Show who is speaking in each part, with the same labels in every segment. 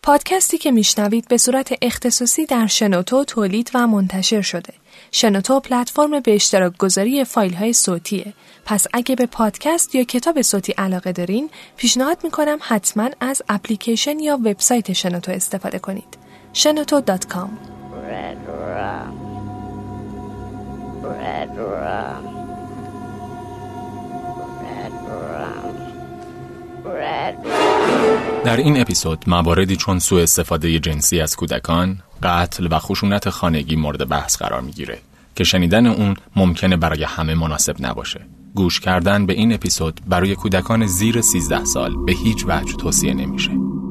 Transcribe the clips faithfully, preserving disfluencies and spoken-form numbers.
Speaker 1: پادکستی که میشنوید به صورت اختصاصی در شنوتو تولید و منتشر شده. شنوتو پلتفرم به اشتراک گذاری فایل های صوتیه. پس اگه به پادکست یا کتاب صوتی علاقه دارین، پیشنهاد میکنم حتما از اپلیکیشن یا وبسایت شنوتو استفاده کنید. شنوتو دات کام.
Speaker 2: Red rum. Red rum. Red rum. Red rum.
Speaker 3: در این اپیزود مواردی چون سوء استفاده جنسی از کودکان، قتل و خشونت خانگی مورد بحث قرار میگیره که شنیدن اون ممکنه برای همه مناسب نباشه. گوش کردن به این اپیزود برای کودکان زیر سیزده سال به هیچ وجه توصیه نمیشه.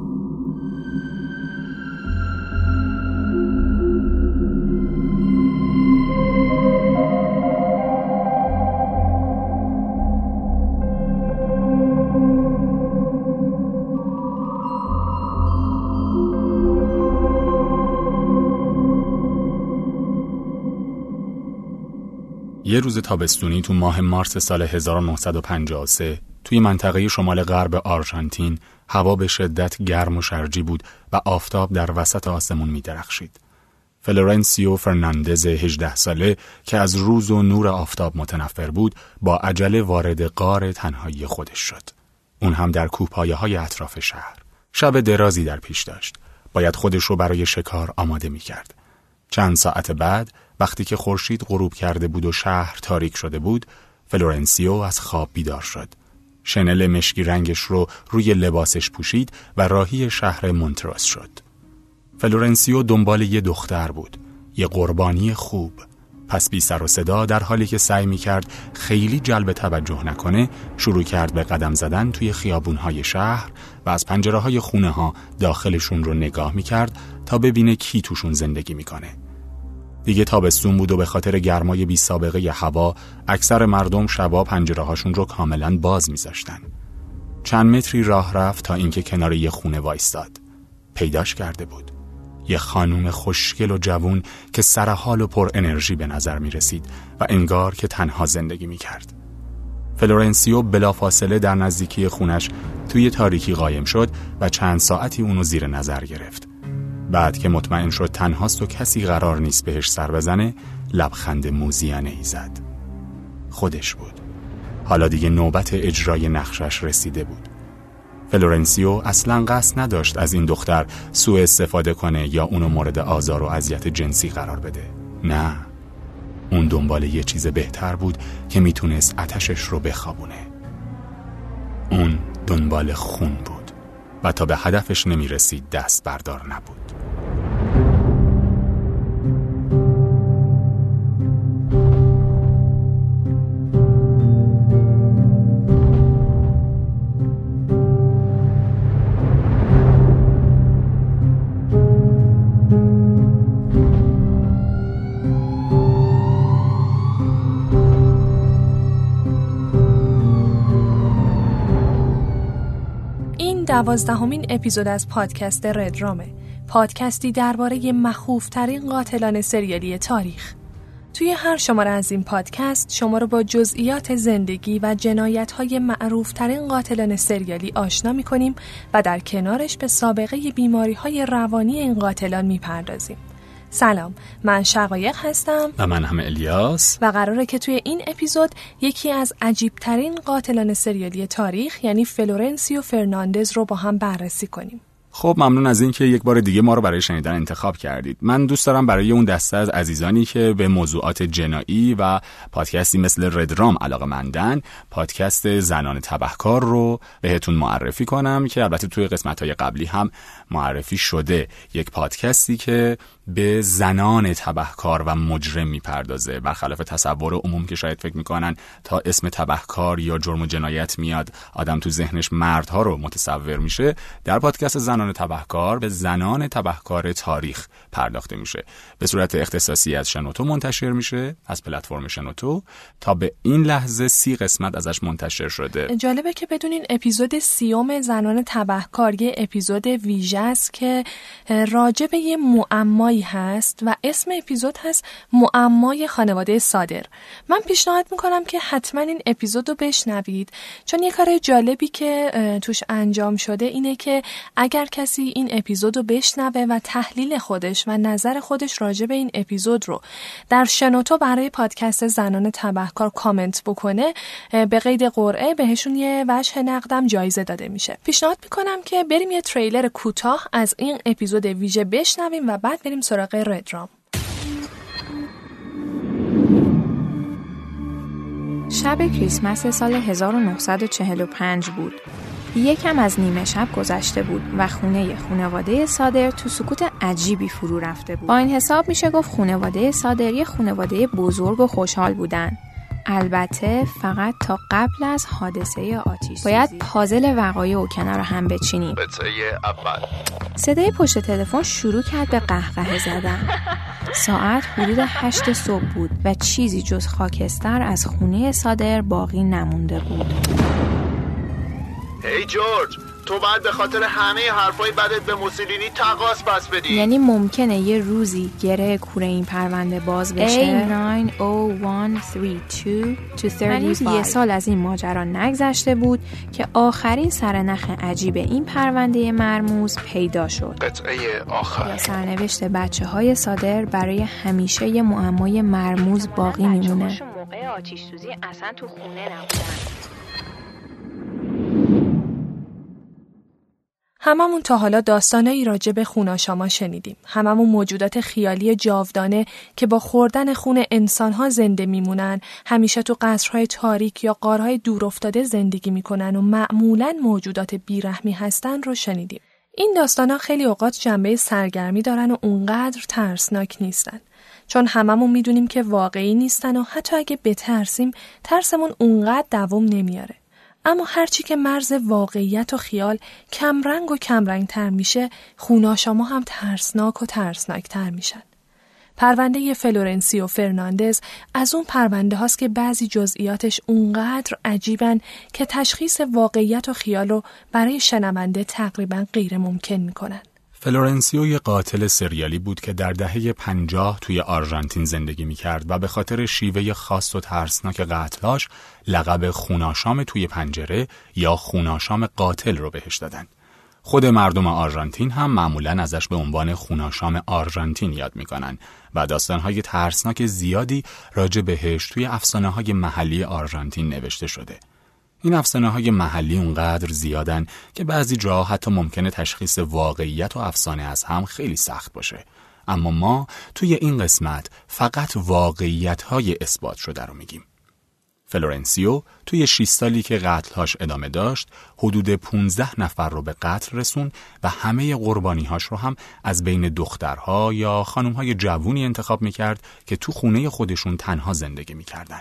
Speaker 3: یه روز تابستونی تو ماه مارس سال هزار و نهصد و پنجاه و سه توی منطقه شمال غرب آرژانتین هوا به شدت گرم و شرجی بود و آفتاب در وسط آسمون می درخشید. فلورنسیو فرناندز هجده ساله که از روز و نور آفتاب متنفر بود با عجله وارد غار تنهایی خودش شد. اون هم در کوهپایه‌های اطراف شهر. شب درازی در پیش داشت. باید خودش رو برای شکار آماده می کرد. چند ساعت بعد وقتی که خورشید غروب کرده بود و شهر تاریک شده بود، فلورنسیو از خواب بیدار شد. شنل مشکی رنگش رو روی لباسش پوشید و راهی شهر مونتروس شد. فلورنسیو دنبال یه دختر بود، یه قربانی خوب. پس بی سر و صدا در حالی که سعی می کرد خیلی جلب توجه نکنه، شروع کرد به قدم زدن توی خیابونهای شهر و از پنجره‌های خونه ها داخلشون رو نگاه می کرد تا ببینه کی توشون زندگی می کنه. دیگه تابستون بود و به خاطر گرمای بی سابقه هوا اکثر مردم شبا پنجره‌هاشون رو کاملا باز می‌ذاشتن. چند متری راه رفت تا اینکه کنار یه خونه وایستاد. پیداش کرده بود. یه خانم خوشگل و جوون که سرحال و پر انرژی به نظر می رسید و انگار که تنها زندگی می کرد. فلورنسیو بلافاصله در نزدیکی خونش توی تاریکی قایم شد و چند ساعتی اونو زیر نظر گرفت. بعد که مطمئن شد تنهاست و کسی قرار نیست بهش سر بزنه، لبخند موذیانه ای زد. خودش بود. حالا دیگه نوبت اجرای نقشش رسیده بود. فلورنسیو اصلاً قصد نداشت از این دختر سوء استفاده کنه یا اونو مورد آزار و اذیت جنسی قرار بده. نه. اون دنبال یه چیز بهتر بود که میتونست آتشش رو بخوابونه. اون دنبال خون بود و تا به هدفش نمیرسید دست بردار نبود.
Speaker 1: دوازدهمین اپیزود از پادکست رد رامه، پادکستی درباره مخوف‌ترین قاتلان سریالی تاریخ. توی هر شماره از این پادکست شما رو با جزئیات زندگی و جنایت‌های معروف‌ترین قاتلان سریالی آشنا می‌کنیم و در کنارش به سابقه بیماری‌های روانی این قاتلان می‌پردازیم. سلام، من شقایق هستم
Speaker 3: و من هم الیاس
Speaker 1: و قراره که توی این اپیزود یکی از عجیبترین قاتلان سریالی تاریخ یعنی فلورنسیو فرناندز رو با هم بررسی کنیم.
Speaker 3: خب ممنون از این که یک بار دیگه ما رو برای شنیدن انتخاب کردید. من دوست دارم برای اون دسته از عزیزانی که به موضوعات جنایی و پادکستی مثل ردرام علاقه‌مندن، پادکست زنان تبهکار رو بهتون معرفی کنم که البته توی قسمت‌های قبلی هم معرفی شده. یک پادکستی که به زنان تبهکار و مجرم میپردازه، برخلاف تصور عموم که شاید فکر میکنن تا اسم تبهکار یا جرم و جنایت میاد آدم تو ذهنش مردها رو متصور میشه. در پادکست زنان تبهکار به زنان تبهکار تاریخ پرداخته میشه. به صورت اختصاصی از شنوتو منتشر میشه، از پلتفرم شنوتو. تا به این لحظه سی قسمت ازش منتشر شده.
Speaker 1: جالبه که بدونین اپیزود سیوم زنان تبهکار یه اپیزود ویژه است که راجع به یه معما معمایی هست و اسم اپیزود هست معمای خانواده صادر. من پیشنهاد میکنم که حتما این اپیزود رو بشنوید، چون یه کار جالبی که توش انجام شده اینه که اگر کسی این اپیزود رو بشنوه و تحلیل خودش و نظر خودش راجع به این اپیزود رو در شنوتو برای پادکست زنان تبهکار کامنت بکنه، به قید قرعه بهشون یه وجه نقدم جایزه داده میشه. پیشنهاد میکنم که بریم یه تریلر کوتاه از این اپیزود ویژه بشنویم و بعد بریم سراغ ردرام.
Speaker 4: شب کریسمس سال هزار و نهصد و چهل و پنج بود. یکم از نیمه شب گذشته بود و خونه خانواده صادر تو سکوت عجیبی فرو رفته بود. با این حساب میشه گفت خانواده صادر یه خانواده بزرگ و خوشحال بودن. البته فقط تا قبل از حادثه آتش باید پازل وقایع و کنار هم بچینیم.
Speaker 5: قطعه اول.
Speaker 4: صدای پشت تلفن شروع کرد به قهقه زدن. ساعت حدود هشت صبح بود و چیزی جز خاکستر از خونه صادر باقی نمونده بود.
Speaker 5: هی جورج، تو باید به خاطر همه حرفای بدت به موسولینی تقاص پس بدی.
Speaker 4: یعنی ممکنه یه روزی گره کوره این پرونده باز بشه. A nine oh one three two to thirty-five. یه سال از این ماجرا نگذشته بود که آخرین سرنخ عجیب این پرونده مرموز پیدا شد.
Speaker 5: قطعه آخر.
Speaker 4: یا سرنوشت بچه های صادر برای همیشه یه معمای مرموز باقی میمونه. موقع آتش سوزی اصلا تو خونه نبودن.
Speaker 1: هممون تا حالا داستانایی راجع به خوناشاما شنیدیم. هممون موجودات خیالی جاودانه که با خوردن خون انسان‌ها زنده میمونن، همیشه تو قصرهای تاریک یا غارهای دورافتاده زندگی میکنن و معمولاً موجودات بیرحمی هستن رو شنیدیم. این داستانا خیلی اوقات جنبه سرگرمی دارن و اونقدر ترسناک نیستن. چون هممون میدونیم که واقعی نیستن و حتی اگه بترسیم، ترسمون اونقدر دوام نمیاره. اما هرچی که مرز واقعیت و خیال کمرنگ و کمرنگ تر میشه، خوناشاما هم ترسناک و ترسناک تر میشن. پرونده فلورنسیو فرناندز از اون پرونده هاست که بعضی جزئیاتش اونقدر عجیبن که تشخیص واقعیت و خیال رو برای شنونده تقریبا غیر ممکن میکنن.
Speaker 3: فلورنسیو یه قاتل سریالی بود که در دهه پنجاه توی آرژانتین زندگی می‌کرد و به خاطر شیوه خاص و ترسناک قتلاش لقب خوناشام توی پنجره یا خوناشام قاتل رو بهش دادن. خود مردم آرژانتین هم معمولاً ازش به عنوان خوناشام آرژانتین یاد می‌کنن و داستان‌های ترسناک زیادی راجع بهش توی افسانه‌های محلی آرژانتین نوشته شده. این افسانه‌های محلی اونقدر زیادن که بعضی جاها حتی ممکنه تشخیص واقعیت و افسانه از هم خیلی سخت باشه. اما ما توی این قسمت فقط واقعیت‌های اثبات شده رو میگیم. فلورنسیو توی شش سالی که قتل‌هاش ادامه داشت، حدود پانزده نفر رو به قتل رسون و همه قربانی‌هاش رو هم از بین دخترها یا خانم‌های جوونی انتخاب می‌کرد که تو خونه خودشون تنها زندگی می‌کردن.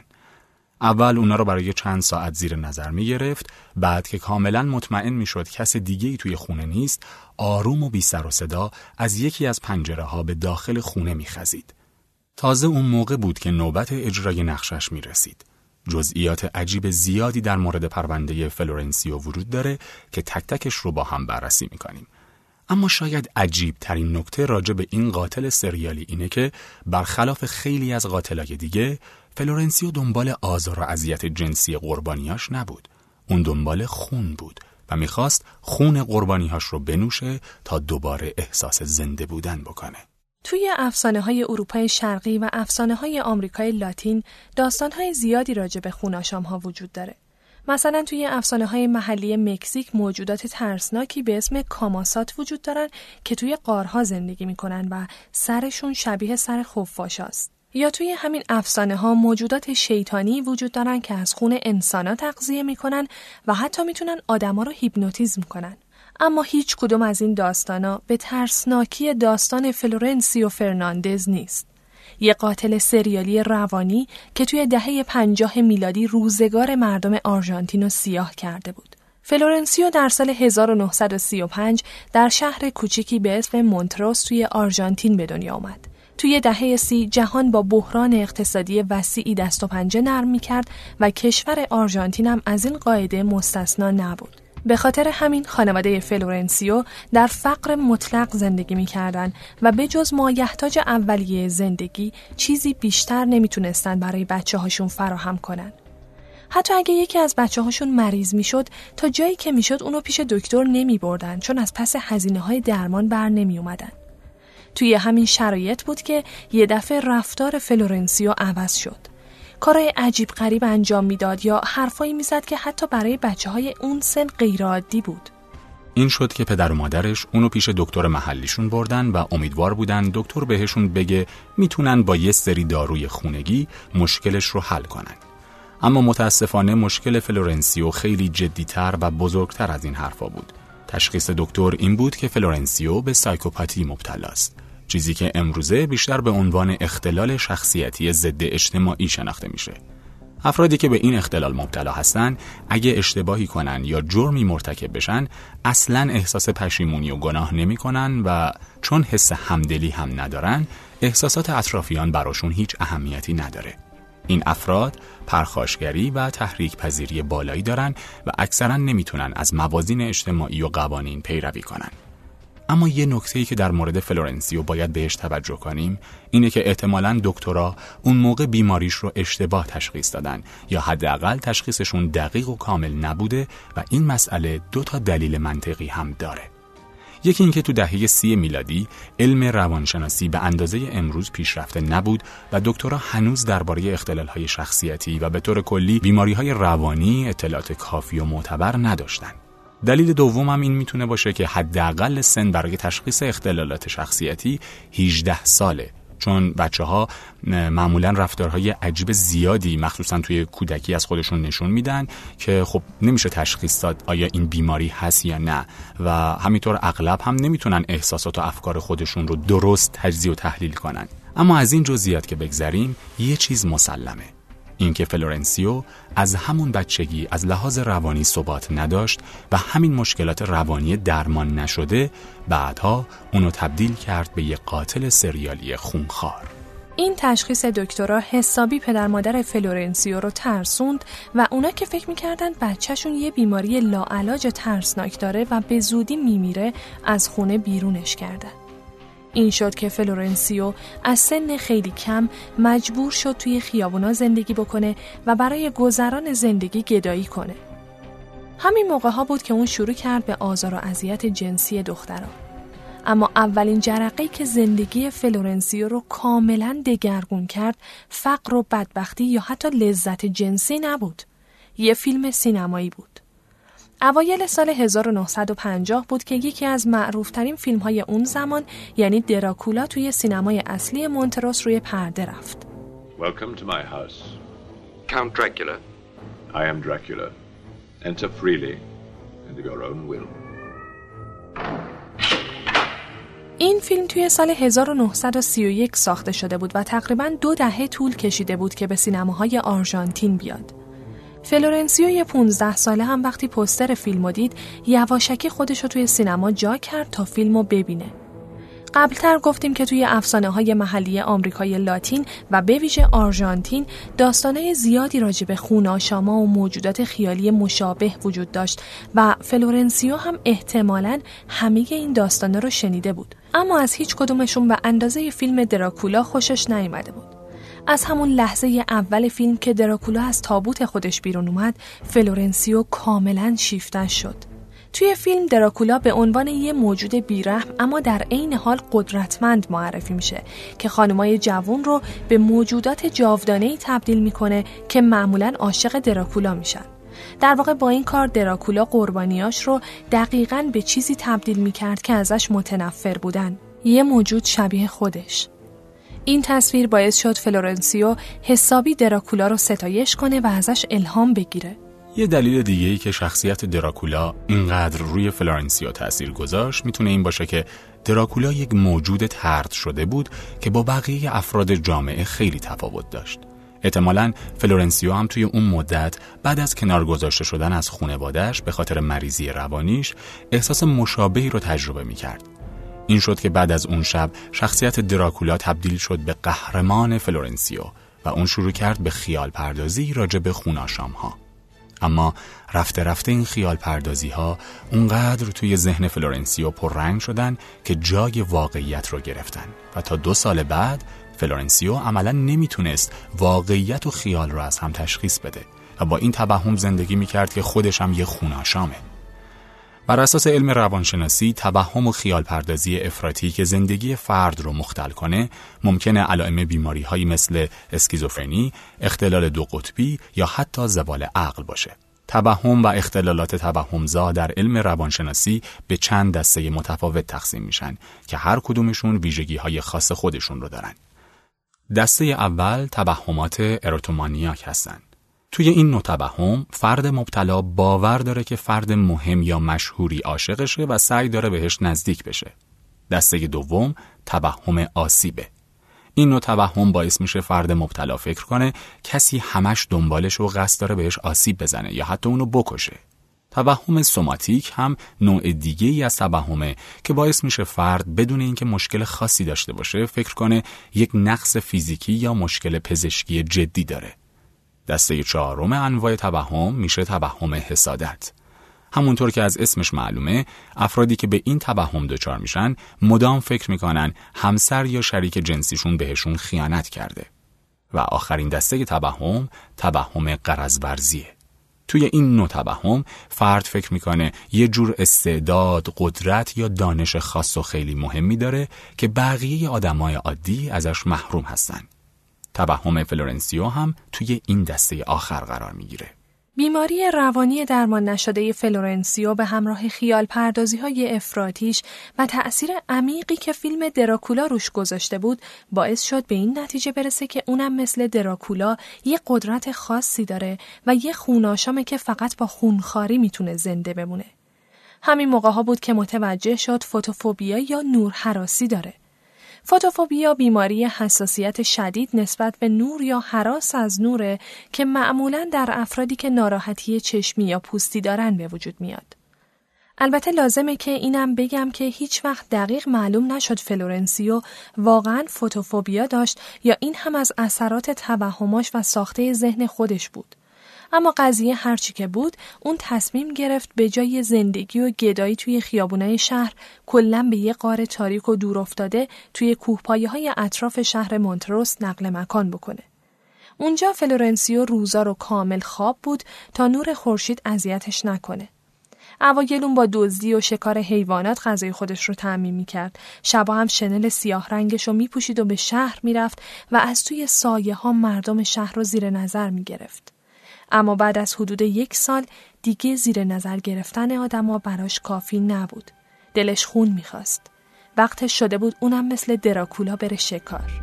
Speaker 3: اول اونا رو برای چند ساعت زیر نظر می گرفت، بعد که کاملا مطمئن می شد کس دیگه‌ای توی خونه نیست، آروم و بی سر و صدا از یکی از پنجره ها به داخل خونه می خزید. تازه اون موقع بود که نوبت اجرای نقشش می رسید. جزئیات عجیب زیادی در مورد پرونده فلورنسیو وجود داره که تک تکش رو با هم بررسی می کنیم. اما شاید عجیب ترین نکته راجع به این قاتل سریالی اینه که برخلاف خیلی از قاتلای دیگه، فلورنسیو دنبال آزار و اذیت جنسی قربانیاش نبود. اون دنبال خون بود و میخواست خون قربانیاش رو بنوشه تا دوباره احساس زنده بودن بکنه.
Speaker 1: توی افسانه‌های اروپای شرقی و افسانه‌های آمریکای لاتین داستان‌های زیادی راجع به خوناشام‌ها وجود داره. مثلا توی افسانه‌های محلی مکزیک موجودات ترسناکی به اسم کاماسات وجود دارن که توی غارها زندگی میکنن و سرشون شبیه سر خفاشاست. یا توی همین افسانه‌ها موجودات شیطانی وجود دارن که از خون انسانا تغذیه میکنن و حتی میتونن آدما رو هیپنوتیزم کنن. اما هیچ کدوم از این داستانا به ترسناکی داستان فلورنسیو فرناندز نیست. یه قاتل سریالی روانی که توی دهه پنجاه میلادی روزگار مردم آرژانتین رو سیاه کرده بود. فلورنسیو در سال هزار و نهصد و سی و پنج در شهر کوچیکی به اسم مونتروس توی آرژانتین به دنیا آمد. توی دهه سی جهان با بحران اقتصادی وسیعی دست و پنجه نرم می‌کرد و کشور آرژانتین هم از این قاعده مستثنا نبود. به خاطر همین خانواده فلورنسیو در فقر مطلق زندگی می‌کردند و به جز مایحتاج اولیه زندگی چیزی بیشتر نمیتونستن برای بچه‌هاشون فراهم کنن. حتی اگه یکی از بچه‌هاشون مریض میشد، تا جایی که میشد اونو پیش دکتر نمیبردن، چون از پس هزینه‌های درمان بر نمی اومدن. توی همین شرایط بود که یه دفعه رفتار فلورنسیو عوض شد. کارهای عجیب غریب انجام میداد یا حرفایی میزد که حتی برای بچه‌های اون سن غیرعادی بود.
Speaker 3: این شد که پدر و مادرش اونو پیش دکتر محلیشون بردن و امیدوار بودن دکتر بهشون بگه میتونن با یه سری داروی خونگی مشکلش رو حل کنن. اما متاسفانه مشکل فلورنسیو خیلی جدی‌تر و بزرگتر از این حرفا بود. تشخیص دکتر این بود که فلورنسیو به سایکوپاتی مبتلا است. چیزی که امروزه بیشتر به عنوان اختلال شخصیتی ضد اجتماعی شناخته میشه. افرادی که به این اختلال مبتلا هستن اگه اشتباهی کنن یا جرمی مرتکب بشن اصلاً احساس پشیمونی و گناه نمی کنن و چون حس همدلی هم ندارن احساسات اطرافیان براشون هیچ اهمیتی نداره. این افراد پرخاشگری و تحریک پذیری بالایی دارن و اکثراً نمیتونن از موازین اجتماعی و قوانین پیروی کنن. اما یه نکته‌ای که در مورد فلورنسیو باید بهش توجه کنیم اینه که احتمالاً دکترها اون موقع بیماریش رو اشتباه تشخیص دادن یا حداقل تشخیصشون دقیق و کامل نبوده و این مسئله دو تا دلیل منطقی هم داره. یکی اینکه تو دهه سی میلادی علم روانشناسی به اندازه امروز پیشرفته نبود و دکترها هنوز درباره اختلال‌های شخصیتی و به طور کلی بیماری‌های روانی اطلاعات کافی و معتبر نداشتن. دلیل دوم هم این میتونه باشه که حداقل سن برای تشخیص اختلالات شخصیتی هجده ساله، چون بچه‌ها معمولاً رفتارهای عجیب زیادی مخصوصاً توی کودکی از خودشون نشون میدن که خب نمیشه تشخیص داد آیا این بیماری هست یا نه و همینطور اغلب هم نمیتونن احساسات و افکار خودشون رو درست تجزیه و تحلیل کنن. اما از این جزئیات که بگذریم یه چیز مسلمه، اینکه فلورنسیو از همون بچگی از لحاظ روانی ثبات نداشت و همین مشکلات روانی درمان نشده بعدها اونو تبدیل کرد به یک قاتل سریالی خونخوار.
Speaker 1: این تشخیص دکترها حسابی پدر مادر فلورنسیو رو ترسوند و اونا که فکر میکردن بچهشون یه بیماری لاعلاج ترسناک داره و به زودی میمیره از خونه بیرونش کردن. این شد که فلورنسیو از سن خیلی کم مجبور شد توی خیابونا زندگی بکنه و برای گذران زندگی گدایی کنه. همین موقع ها بود که اون شروع کرد به آزار و اذیت جنسی دختران. اما اولین جرقه‌ای که زندگی فلورنسیو رو کاملاً دگرگون کرد فقر و بدبختی یا حتی لذت جنسی نبود. یه فیلم سینمایی بود. اوایل سال هزار و نهصد و پنجاه بود که یکی از معروفترین فیلم‌های اون زمان یعنی دراکولا توی سینمای اصلی مونتروس روی پرده رفت.
Speaker 6: Welcome to my house.
Speaker 7: Count Dracula.
Speaker 6: I am Dracula. Enter freely and of your own will.
Speaker 1: این فیلم توی سال هزار و نهصد و سی و یک ساخته شده بود و تقریباً دو دهه طول کشیده بود که به سینماهای آرژانتین بیاد. فلورنسیو یه پونزده ساله هم وقتی پوستر فیلمو دید یواشکی خودشو توی سینما جا کرد تا فیلمو ببینه. قبلتر گفتیم که توی افسانه‌های محلی آمریکای لاتین و به ویژه آرژانتین داستانای زیادی راجع به خوناشاما و موجودات خیالی مشابه وجود داشت و فلورنسیو هم احتمالاً همه این داستانا رو شنیده بود، اما از هیچ کدومشون به اندازه فیلم دراکولا خوشش نیامده بود. از همون لحظه اول فیلم که دراکولا از تابوت خودش بیرون اومد فلورنسیو کاملاً شیفته شد. توی فیلم دراکولا به عنوان یه موجود بیرحم اما در عین حال قدرتمند معرفی میشه که خانمای جوان رو به موجودات جاودانه‌ای تبدیل میکنه که معمولاً عاشق دراکولا میشن. در واقع با این کار دراکولا قربانیاش رو دقیقاً به چیزی تبدیل میکرد که ازش متنفر بودن، یه موجود شبیه خودش. این تصویر باعث شد فلورنسیو حسابی دراکولا رو ستایش کنه و ازش الهام بگیره.
Speaker 3: یه دلیل دیگه‌ای که شخصیت دراکولا اینقدر روی فلورنسیو تأثیر گذاشت میتونه این باشه که دراکولا یک موجود طرد شده بود که با بقیه افراد جامعه خیلی تفاوت داشت. احتمالاً فلورنسیو هم توی اون مدت بعد از کنار گذاشته شدن از خانواده‌اش به خاطر مریضی روانیش احساس مشابهی رو تجربه می‌کرد. این شد که بعد از اون شب شخصیت دراکولا تبدیل شد به قهرمان فلورنسیو و اون شروع کرد به خیال پردازی راجع به خوناشام‌ها. اما رفته رفته این خیال پردازی ها اونقدر توی ذهن فلورنسیو پررنگ شدن که جای واقعیت رو گرفتن و تا دو سال بعد فلورنسیو عملاً نمیتونست واقعیت و خیال رو از هم تشخیص بده و با این توهم زندگی میکرد که خودش هم یه خوناشامه. بر اساس علم روانشناسی، توهم و خیال پردازی افراطی که زندگی فرد رو مختل کنه، ممکنه علائم بیماری‌هایی مثل اسکیزوفرنی، اختلال دو قطبی یا حتی زوال عقل باشه. توهم و اختلالات توهمزا در علم روانشناسی به چند دسته متفاوت تقسیم میشن که هر کدومشون ویژگی‌های خاص خودشون رو دارن. دسته اول توهمات اروتومانیاک هستن. توی این نوع توهم فرد مبتلا باور داره که فرد مهم یا مشهوری عاشقشه و سعی داره بهش نزدیک بشه. دسته دوم توهم آسیبه. این نوع توهم باعث میشه فرد مبتلا فکر کنه کسی همش دنبالش و قصد داره بهش آسیب بزنه یا حتی اونو بکشه. توهم سوماتیک هم نوع دیگه ای از توهمه که باعث میشه فرد بدون اینکه مشکل خاصی داشته باشه فکر کنه یک نقص فیزیکی یا مشکل پزشکی جدی داره. دسته چهارم انواع توهم میشه توهم حسادت. همونطور که از اسمش معلومه، افرادی که به این توهم دچار میشن مدام فکر میکنن همسر یا شریک جنسیشون بهشون خیانت کرده. و آخرین دسته توهم، توهم غرض ورزیه. توی این نوع توهم فرد فکر میکنه یه جور استعداد، قدرت یا دانش خاص و خیلی مهمی داره که بقیه آدمای عادی ازش محروم هستن. توهم فلورنسیو هم توی این دسته آخر قرار میگیره.
Speaker 1: بیماری روانی درمان نشده فلورنسیو به همراه خیال پردازی های افراطیش و تأثیر عمیقی که فیلم دراکولا روش گذاشته بود باعث شد به این نتیجه برسه که اونم مثل دراکولا یه قدرت خاصی داره و یه خوناشامه که فقط با خونخواری میتونه زنده بمونه. همین موقع ها بود که متوجه شد فوتوفوبیا یا نورهراسی داره. فوتوفوبیا بیماری حساسیت شدید نسبت به نور یا هراس از نوره که معمولاً در افرادی که ناراحتی چشمی یا پوستی دارن به وجود میاد. البته لازمه که اینم بگم که هیچ وقت دقیق معلوم نشد فلورنسیو واقعاً فوتوفوبیا داشت یا این هم از اثرات توهماش و ساخته ذهن خودش بود. اما قضیه هرچی که بود، اون تصمیم گرفت به جای زندگی و گدایی توی خیابونای شهر کلاً به یه غار تاریک و دور افتاده توی کوهپایه‌های اطراف شهر مونتروس نقل مکان بکنه. اونجا فلورنسیو روزا رو کامل خواب بود تا نور خورشید اذیتش نکنه. اوایل اون با دزدی و شکار حیوانات غذای خودش رو تأمین می‌کرد. شبا هم شنل سیاه رنگش رو می‌پوشید و به شهر می‌رفت و از توی سایه‌ها مردم شهر رو زیر نظر می‌گرفت. اما بعد از حدود یک سال دیگه زیر نظر گرفتن آدما براش کافی نبود. دلش خون می‌خواست. وقتش شده بود اونم مثل دراکولا بره شکار.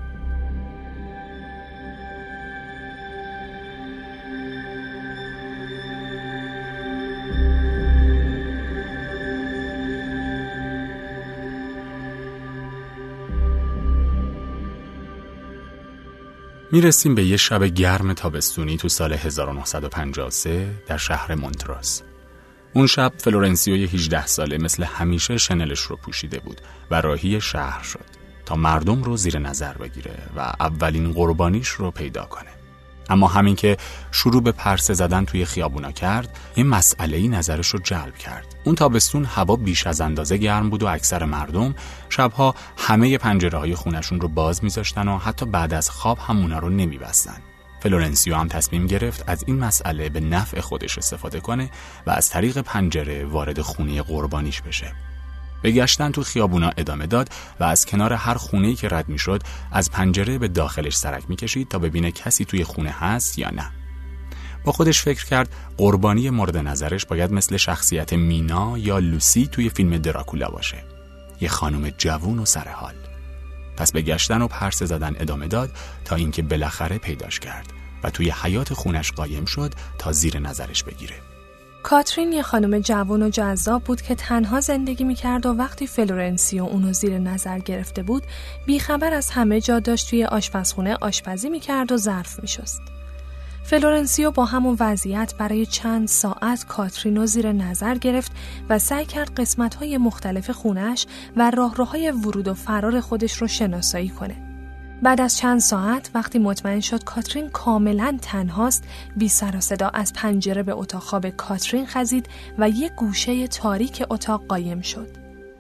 Speaker 3: میرسیم به یه شب گرم تابستونی تو سال هزار و نهصد و پنجاه و سه در شهر مونتروس. اون شب فلورنسیو هجده ساله مثل همیشه شنلش رو پوشیده بود و راهی شهر شد تا مردم رو زیر نظر بگیره و اولین قربانیش رو پیدا کنه. اما همین که شروع به پرسه زدن توی خیابونا کرد، یه مسئله‌ای نظرش رو جلب کرد. اون تابستون هوا بیش از اندازه گرم بود و اکثر مردم شبها همه پنجره‌های خونشون رو باز می‌ذاشتن و حتی بعد از خواب هم اونا رو نمی‌بستن. فلورنسیو هم تصمیم گرفت از این مسئله به نفع خودش استفاده کنه و از طریق پنجره وارد خونه قربانیش بشه. به گشتن تو خیابونا ادامه داد و از کنار هر خونه‌ای که رد می‌شد از پنجره به داخلش سرک می‌کشید تا ببینه کسی توی خونه هست یا نه. با خودش فکر کرد قربانی مورد نظرش باید مثل شخصیت مینا یا لوسی توی فیلم دراکولا باشه. یه خانم جوون و سرحال. پس به گشتن و پرسه زدن ادامه داد تا اینکه بالاخره پیداش کرد و توی حیاط خونش قایم شد تا زیر نظرش بگیره.
Speaker 1: کاترین یه خانم جوان و جذاب بود که تنها زندگی میکرد و وقتی فلورنسیو اونو زیر نظر گرفته بود بیخبر از همه جا داشت توی آشپزخونه آشپزی میکرد و ظرف میشست. فلورنسیو با همون وضعیت برای چند ساعت کاترینو زیر نظر گرفت و سعی کرد قسمت‌های مختلف خونش و راهروهای ورود و فرار خودش رو شناسایی کنه. بعد از چند ساعت وقتی مطمئن شد کاترین کاملاً تنهاست، بی سر و صدا از پنجره به اتاق خواب کاترین خزید و یک گوشه تاریک اتاق قایم شد.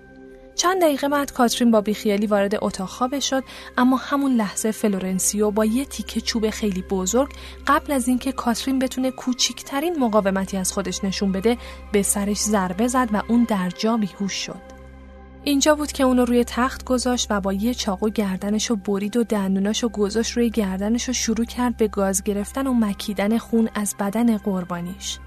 Speaker 1: چند دقیقه بعد کاترین با بیخیالی وارد اتاق خوابش شد، اما همون لحظه فلورنسیو با یه تیکه چوب خیلی بزرگ قبل از اینکه کاترین بتونه کوچکترین مقاومتی از خودش نشون بده به سرش ضربه زد و اون در جا بیهوش شد. اینجا بود که اونو روی تخت گذاشت و با یه چاقو گردنشو برید و دندوناشو گذاشت روی گردنشو شروع کرد به گاز گرفتن و مکیدن خون از بدن قربانیش.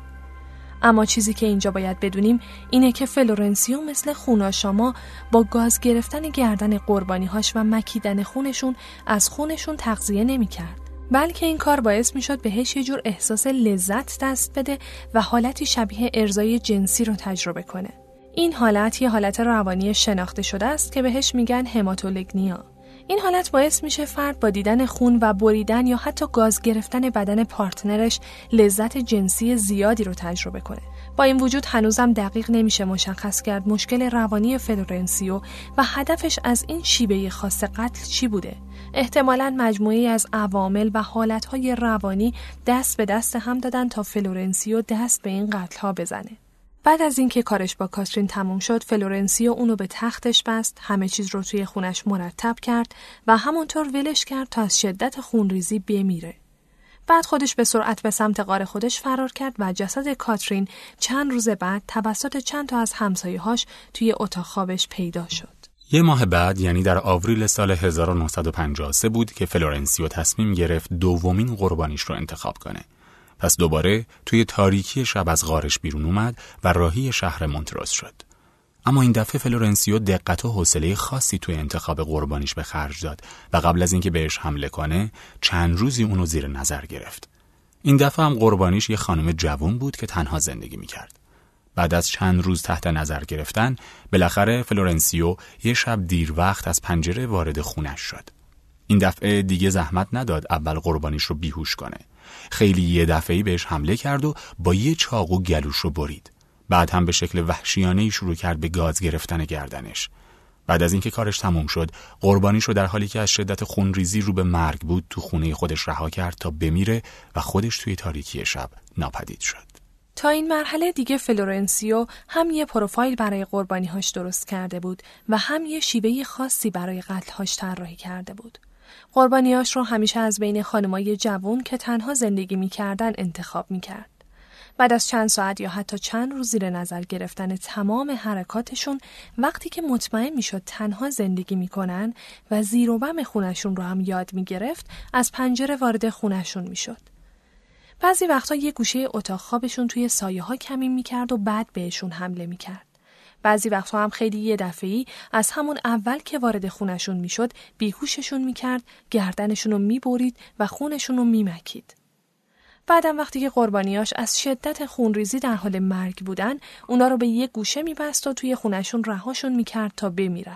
Speaker 1: اما چیزی که اینجا باید بدونیم اینه که فلورنسیو مثل خوناشاما با گاز گرفتن گردن قربانی‌هاش و مکیدن خونشون از خونشون تغذیه نمی‌کرد، بلکه این کار باعث می‌شد بهش یه جور احساس لذت دست بده و حالتی شبیه ارضای جنسی رو تجربه کنه. این حالت یه حالت روانی شناخته شده است که بهش میگن هماتولگنیا. این حالت باعث میشه فرد با دیدن خون و بریدن یا حتی گاز گرفتن بدن پارتنرش لذت جنسی زیادی رو تجربه کنه. با این وجود هنوزم دقیق نمیشه مشخص کرد مشکل روانی فلورنسیو و هدفش از این شیوه خاص قتل چی بوده. احتمالاً مجموعه‌ای از عوامل و حالتهای روانی دست به دست هم دادن تا فلورنسیو دست به این قتل‌ها بزنه. بعد از اینکه کارش با کاترین تموم شد، فلورنسیو اونو به تختش بست، همه چیز رو توی خونش مرتب کرد و همونطور ولش کرد تا از شدت خونریزی بمیره. بعد خودش به سرعت به سمت غار خودش فرار کرد و جسد کاترین چند روز بعد توسط چند تا از همسایه‌هاش توی اتاق خوابش پیدا شد.
Speaker 3: یه ماه بعد، یعنی در آوریل سال هزار و نهصد و پنجاه و سه بود که فلورنسیو تصمیم گرفت دومین قربانیش رو انتخاب کنه. پس دوباره توی تاریکی شب از غارش بیرون اومد و راهی شهر مونتروس شد. اما این دفعه فلورنسیو دقت و حوصله خاصی توی انتخاب قربانیش به خرج داد و قبل از اینکه بهش حمله کنه چند روزی اونو زیر نظر گرفت. این دفعه هم قربانیش یه خانم جوان بود که تنها زندگی میکرد. بعد از چند روز تحت نظر گرفتن، بالاخره فلورنسیو یه شب دیر وقت از پنجره وارد خونش شد. این دفعه دیگه زحمت نداد اول قربانیش رو بیهوش کنه. خیلی یه دفعه‌ای بهش حمله کرد و با یه چاقو گلوش رو برید. بعد هم به شکل وحشیانه‌ای شروع کرد به گاز گرفتن گردنش. بعد از اینکه کارش تموم شد، قربانیش رو در حالی که از شدت خونریزی رو به مرگ بود تو خونه خودش رها کرد تا بمیره و خودش توی تاریکی شب ناپدید شد.
Speaker 1: تا این مرحله دیگه فلورنسیو هم یه پروفایل برای قربانی‌هاش درست کرده بود و هم یه شیوه خاصی برای قتل‌هاش طراحی کرده بود. قربانیاش رو همیشه از بین خانمای جوان که تنها زندگی می‌کردن انتخاب می‌کرد. بعد از چند ساعت یا حتی چند روز زیر نظر گرفتن تمام حرکاتشون، وقتی که مطمئن می‌شد تنها زندگی می‌کنن و زیر و بم خونشون رو هم یاد می‌گرفت، از پنجره وارد خونشون می‌شد. بعضی وقتا یه گوشه اتاق خوابشون توی سایه‌ها کمین می‌کرد و بعد بهشون حمله می‌کرد. بعضی وقتا هم خیلی یه دفعه‌ای از همون اول که وارد خونشون میشد بیهوششون میکرد، گردنشون رو میبرید و خونشون رو میمکید. بعدم وقتی که قربانیاش از شدت خونریزی در حال مرگ بودن، اونا رو به یه گوشه میبست و توی خونشون رهاشون میکرد تا بمیرن.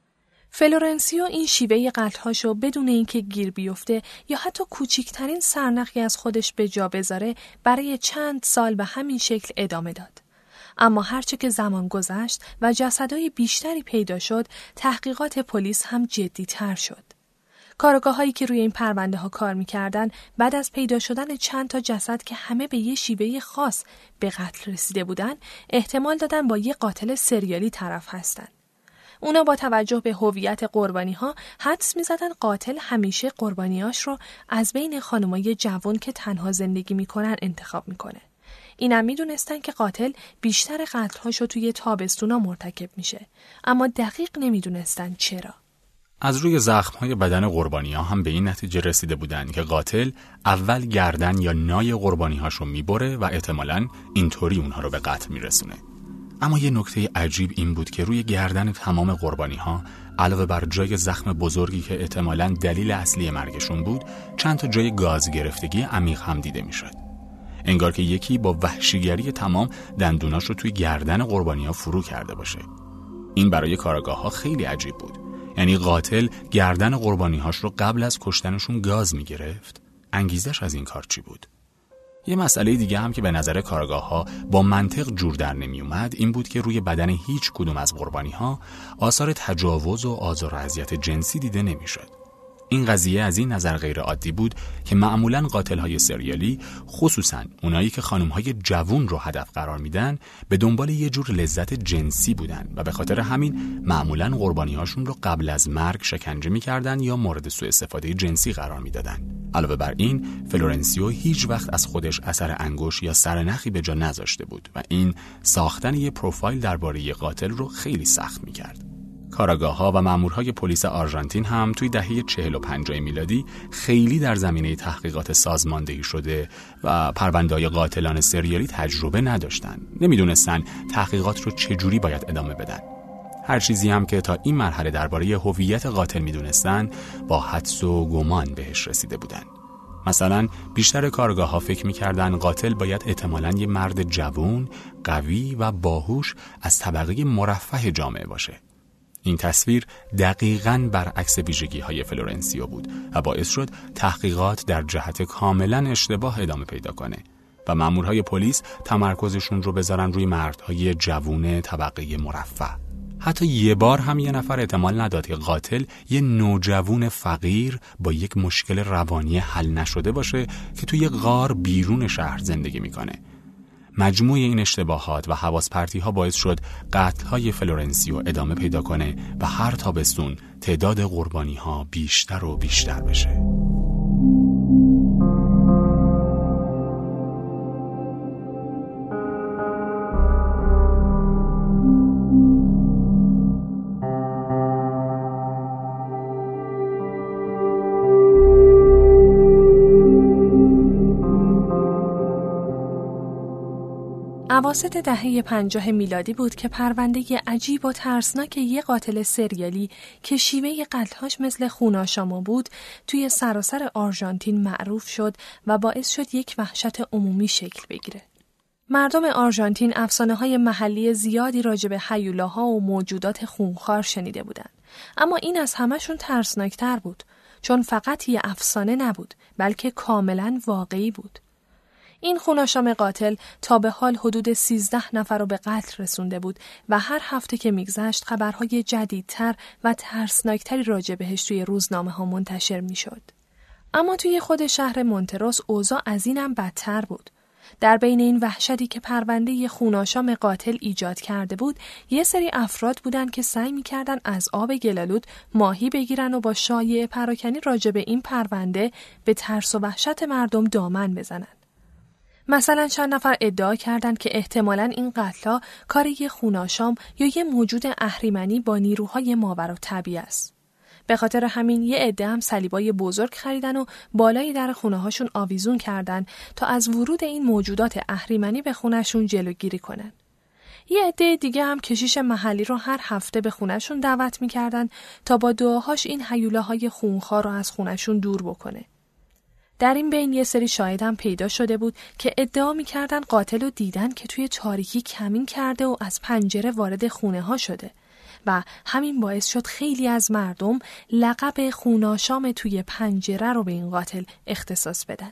Speaker 1: فلورنسیو این شیوه قتل‌هاشو بدون اینکه گیر بیفته یا حتی کوچکترین سرنخی از خودش به جا بذاره برای چند سال به همین شکل ادامه داد. اما هرچه که زمان گذشت و جسدهای بیشتری پیدا شد، تحقیقات پلیس هم جدی‌تر شد. کارگاه‌هایی که روی این پرونده ها کار می‌کردن، بعد از پیدا شدن چند تا جسد که همه به یه شیوه خاص به قتل رسیده بودن، احتمال دادن با یه قاتل سریالی طرف هستن. اونا با توجه به هویت قربانی‌ها حدس می‌زدن قاتل همیشه قربانیاش رو از بین خانمای جوان که تنها زندگی می‌کنن انتخاب می‌کنه. اینم میدونستن که قاتل بیشتر قتل‌هاشو توی تابستونا مرتکب میشه، اما دقیق نمیدونستن چرا.
Speaker 3: از روی زخم‌های بدن قربانی‌ها هم به این نتیجه رسیده بودن که قاتل اول گردن یا نای قربانی‌هاشو میبره و احتمالاً اینطوری اونها رو به قتل میرسونه. اما یه نکته عجیب این بود که روی گردن تمام قربانی‌ها علاوه بر جای زخم بزرگی که احتمالاً دلیل اصلی مرگشون بود، چند تا جای گاز گرفتگی عمیق هم دیده میشد. انگار که یکی با وحشیگری تمام دندوناش رو توی گردن قربانی‌ها فرو کرده باشه. این برای کارآگاه‌ها خیلی عجیب بود. یعنی قاتل گردن قربانی‌هاش رو قبل از کشتنشون گاز می‌گرفت. انگیزش از این کار چی بود؟ یه مسئله دیگه هم که به نظر کارآگاه‌ها با منطق جور در نمی‌اومد این بود که روی بدن هیچ کدوم از قربانی‌ها آثار تجاوز و آزار و اذیت جنسی دیده نمی‌شد. این قضیه از این نظر غیر عادی بود که معمولاً قاتل‌های سریالی، خصوصاً اونایی که خانم‌های جوون رو هدف قرار میدن، به دنبال یه جور لذت جنسی بودن و به خاطر همین معمولاً قربانی‌هاشون رو قبل از مرگ شکنجه می‌کردن یا مورد سوء استفاده جنسی قرار میدادن. علاوه بر این، فلورنسیو هیچ وقت از خودش اثر انگشت یا سرنخی به جا نذاشته بود و این ساختن یه پروفایل درباره قاتل رو خیلی سخت می‌کرد. کاراگاه‌ها و مامورهای پلیس آرژانتین هم توی دهه چهل و پنجاه میلادی خیلی در زمینه تحقیقات سازماندهی شده و پرونده‌های قاتلان سریالی تجربه نداشتن. نمیدونستن تحقیقات رو چجوری باید ادامه بدن. هر چیزی هم که تا این مرحله درباره هویت قاتل میدونستن با حدس و گمان بهش رسیده بودن. مثلا بیشتر کارگاه‌ها فکر می‌کردن قاتل باید احتمالاً یه مرد جوان، قوی و باهوش از طبقه مرفه جامعه باشه. این تصویر دقیقاً برعکس ویژگی‌های فلورنسیو بود و باعث شد تحقیقات در جهت کاملاً اشتباه ادامه پیدا کنه و مامورهای پلیس تمرکزشون رو بذارن روی مردهای جوان طبقه مرفه. حتی یه بار هم یه نفر احتمال نداد که قاتل یه نوجوان فقیر با یک مشکل روانی حل نشده باشه که توی غار بیرون شهر زندگی میکنه. مجموع این اشتباهات و حواس پرتی ها باعث شد قتل های فلورنسیو ادامه پیدا کنه و هر تابستون تعداد قربانی ها بیشتر و بیشتر بشه.
Speaker 1: اواسط دهه پنجاه میلادی بود که پرونده عجیب و ترسناک یک قاتل سریالی که شیوه قتل‌هاش مثل خوناشاما بود توی سراسر آرژانتین معروف شد و باعث شد یک وحشت عمومی شکل بگیره. مردم آرژانتین افسانه‌های محلی زیادی راجع به هیولاها و موجودات خونخوار شنیده بودند، اما این از همه‌شون ترسناکتر بود، چون فقط یه افسانه نبود، بلکه کاملاً واقعی بود. این خوناشام قاتل تا به حال حدود سیزده نفر رو به قتل رسونده بود و هر هفته که میگذشت خبرهای جدیدتر و ترسناکتری راجع بهش توی روزنامه ها منتشر میشد. اما توی خود شهر مونتروس اوضاع از اینم بدتر بود. در بین این وحشتی که پرونده خوناشام قاتل ایجاد کرده بود، یه سری افراد بودن که سعی می‌کردن از آب گلالود ماهی بگیرن و با شایعه پراکنی راجع به این پرونده به ترس و وحشت مردم دامن بزنن. مثلا چند نفر ادعا کردند که احتمالاً این قتل‌ها کار یه خوناشام یا یه موجود اهریمنی با نیروهای ماورالطبیعه است. به خاطر همین یه عده هم صلیبای بزرگ خریدن و بالای در خونه‌هاشون آویزون کردن تا از ورود این موجودات اهریمنی به خونه‌شون جلوگیری کنن. یه عده دیگه هم کشیش محلی رو هر هفته به خونه‌شون دعوت می‌کردن تا با دعاهاش این هیولاهای خونخوار رو از خونه‌شون دور بکنه. در این بین یه سری شاهد هم پیدا شده بود که ادعا می‌کردن قاتل رو دیدن که توی تاریکی کمین کرده و از پنجره وارد خونه ها شده و همین باعث شد خیلی از مردم لقب خوناشام توی پنجره رو به این قاتل اختصاص بدن.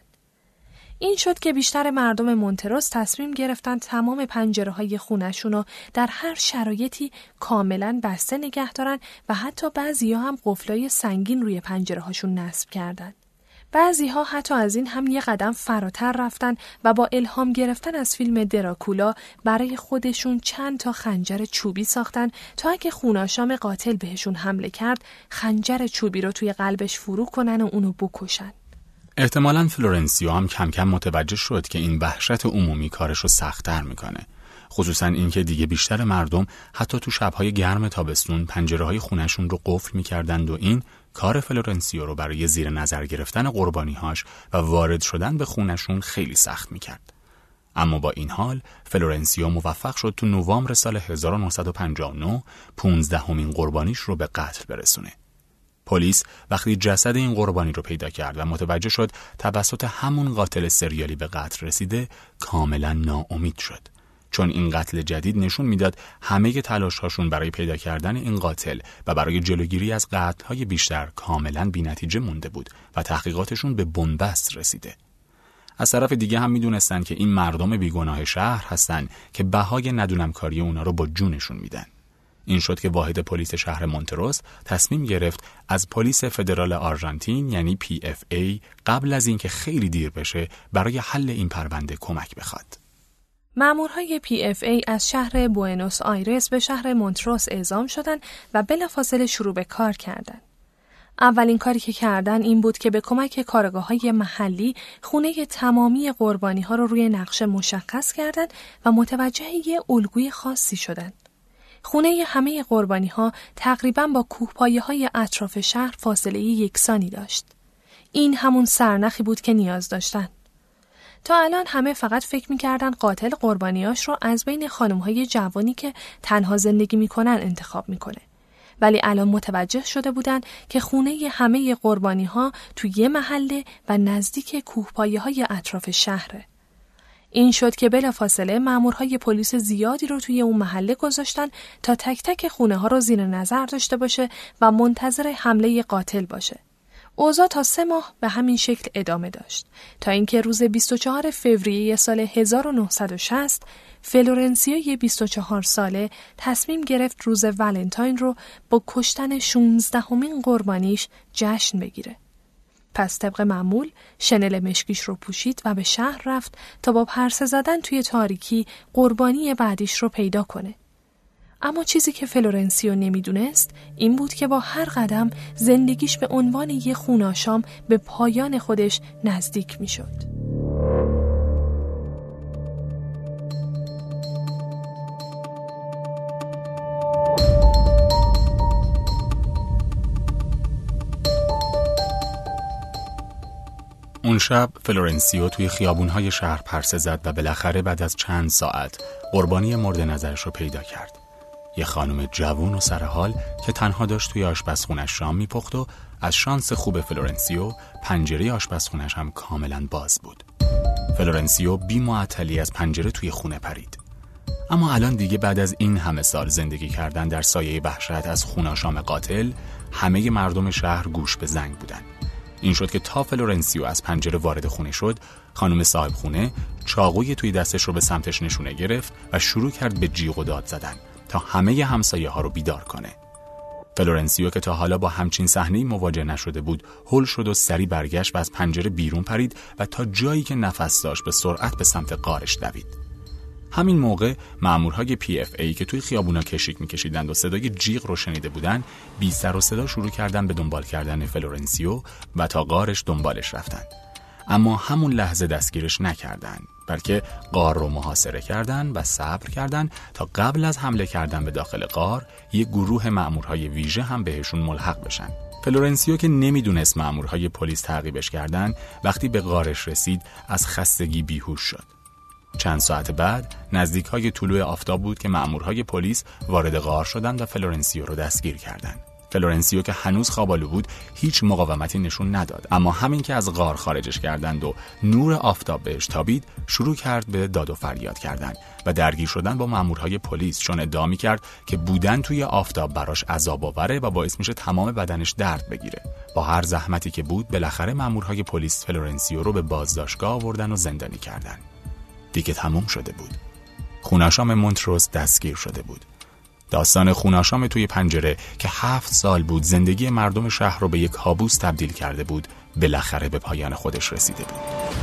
Speaker 1: این شد که بیشتر مردم مونتروس تصمیم گرفتن تمام پنجره‌های خونه‌شون رو در هر شرایطی کاملاً بسته نگه دارن و حتی بعضی‌ها هم قفلای سنگین روی پنجره‌هاشون نصب کردن. بعضی ها حتی از این هم یه قدم فراتر رفتن و با الهام گرفتن از فیلم دراکولا برای خودشون چند تا خنجر چوبی ساختن تا اگه خوناشام قاتل بهشون حمله کرد خنجر چوبی رو توی قلبش فرو کنن و اونو بکشن.
Speaker 3: احتمالاً فلورنسیو هم کم کم متوجه شد که این وحشت عمومی کارش رو سخت‌تر میکنه. خصوصاً اینکه دیگه بیشتر مردم حتی تو شب‌های گرم تابستون پنجره‌های خونه‌شون رو قفل می‌کردند و این کار فلورنسیو رو برای زیر نظر گرفتن قربانی‌هاش و وارد شدن به خونه‌شون خیلی سخت می‌کرد. اما با این حال فلورنسیو موفق شد تو نوامبر سال هزار و نهصد و پنجاه و نه پانزدهمین قربانیش رو به قتل برسونه. پلیس وقتی جسد این قربانی رو پیدا کرد و متوجه شد توسط همون قاتل سریالی به قتل رسیده، کاملا ناامید شد. چون این قتل جدید نشون میداد همه تلاش‌هاشون برای پیدا کردن این قاتل و برای جلوگیری از قتل‌های بیشتر کاملا بی‌نتیجه مونده بود و تحقیقاتشون به بنبست رسیده. از طرف دیگه هم میدونستن که این مردم بیگناه شهر هستن که بهای ندونمکاری اونا رو با جونشون میدن. این شد که واحد پلیس شهر مونتروس تصمیم گرفت از پلیس فدرال آرژانتین یعنی پی اف ای قبل از اینکه خیلی دیر بشه برای حل این پرونده کمک بخواد.
Speaker 1: مامورهای پی اف ای از شهر بوئنوس آیرس به شهر مونتروس اعزام شدند و بلافاصله شروع به کار کردند. اولین کاری که کردن این بود که به کمک کارگاه‌های محلی خونه تمامی قربانی‌ها رو روی نقشه مشخص کردند و متوجه یه الگوی خاصی شدند. خونه همه قربانی‌ها تقریباً با کوهپایه‌های اطراف شهر فاصله یکسانی داشت. این همون سرنخی بود که نیاز داشتن. تا الان همه فقط فکر می‌کردن قاتل قربانیاش رو از بین خانم‌های جوانی که تنها زندگی می‌کنن انتخاب می‌کنه. ولی الان متوجه شده بودن که خونه همه قربانی‌ها توی یه محله و نزدیک کوهپایه‌های اطراف شهره. این شد که بلافاصله مامورهای پلیس زیادی رو توی اون محله گذاشتن تا تک تک خونه ها رو زیر نظر داشته باشه و منتظر حمله قاتل باشه. اوضاع تا سه ماه به همین شکل ادامه داشت تا اینکه روز بیست و چهارم فوریه سال هزار و نهصد و شصت فلورنسیو بیست و چهار ساله تصمیم گرفت روز ولنتاین رو با کشتن شانزدهمین قربانیش جشن بگیره. پس طبق معمول شنل مشکیش رو پوشید و به شهر رفت تا با پرسه زدن توی تاریکی قربانی بعدیش رو پیدا کنه. اما چیزی که فلورنسیو نمیدونست این بود که با هر قدم زندگیش به عنوان یه خوناشام به پایان خودش نزدیک میشد.
Speaker 3: اون شب فلورنسیو توی خیابون‌های شهر پرسه زد و بالاخره بعد از چند ساعت قربانی مورد نظرش رو پیدا کرد. یه خانم جوون و سرحال که تنها داشت توی آشپزخونش شام میپخت و از شانس خوب فلورنسیو پنجره آشپزخونش هم کاملا باز بود. فلورنسیو بی معطلی از پنجره توی خونه پرید. اما الان دیگه بعد از این همه سال زندگی کردن در سایه وحشت از خوناشام قاتل، همه مردم شهر گوش به زنگ بودن. این شد که تا فلورنسیو از پنجره وارد خونه شد، خانم صاحب خونه چاقوی توی دستش رو به سمتش نشونه گرفت و شروع کرد به جیغ و داد زدن تا همه همسایه ها رو بیدار کنه. فلورنسیو که تا حالا با همچین صحنه‌ای مواجه نشده بود، هول شد و سری برگشت و از پنجره بیرون پرید و تا جایی که نفس داشت به سرعت به سمت غارش دوید. همین موقع مامورهای پی اف ای که توی خیابونا کشیک می‌کشیدند و صدای جیغ رو شنیده بودن، بی سر و صدا شروع کردن به دنبال کردن فلورنسیو و تا غارش دنبالش رفتن. اما همون لحظه دستگیرش نکردن، بلکه غار رو محاصره کردن و صبر کردن تا قبل از حمله کردن به داخل غار یک گروه مامورهای ویژه هم بهشون ملحق بشن. فلورنسیو که نمیدونست مامورهای پلیس تعقیبش کردن، وقتی به غارش رسید از خستگی بیهوش شد. چند ساعت بعد نزدیک های طلوع آفتاب بود که مامورهای پلیس وارد غار شدند و فلورنسیو رو دستگیر کردند. فلورنسیو که هنوز خوابالو بود هیچ مقاومتی نشون نداد، اما همین که از غار خارجش کردند و نور آفتاب بهش تابید، شروع کرد به داد و فریاد کردن و درگیر شدن با مامورهای پلیس، چون ادعا می‌کرد که بودن توی آفتاب براش عذاب آوره و باعث میشه تمام بدنش درد بگیره. با هر زحمتی که بود بالاخره مامورهای پلیس فلورنسیو رو به بازداشتگاه آوردن و زندانی کردن. دیگه تموم شده بود. خوناشام مونتروس دستگیر شده بود. داستان خوناشام توی پنجره که هفت سال بود زندگی مردم شهر رو به یک کابوس تبدیل کرده بود، بالاخره به پایان خودش رسیده بود.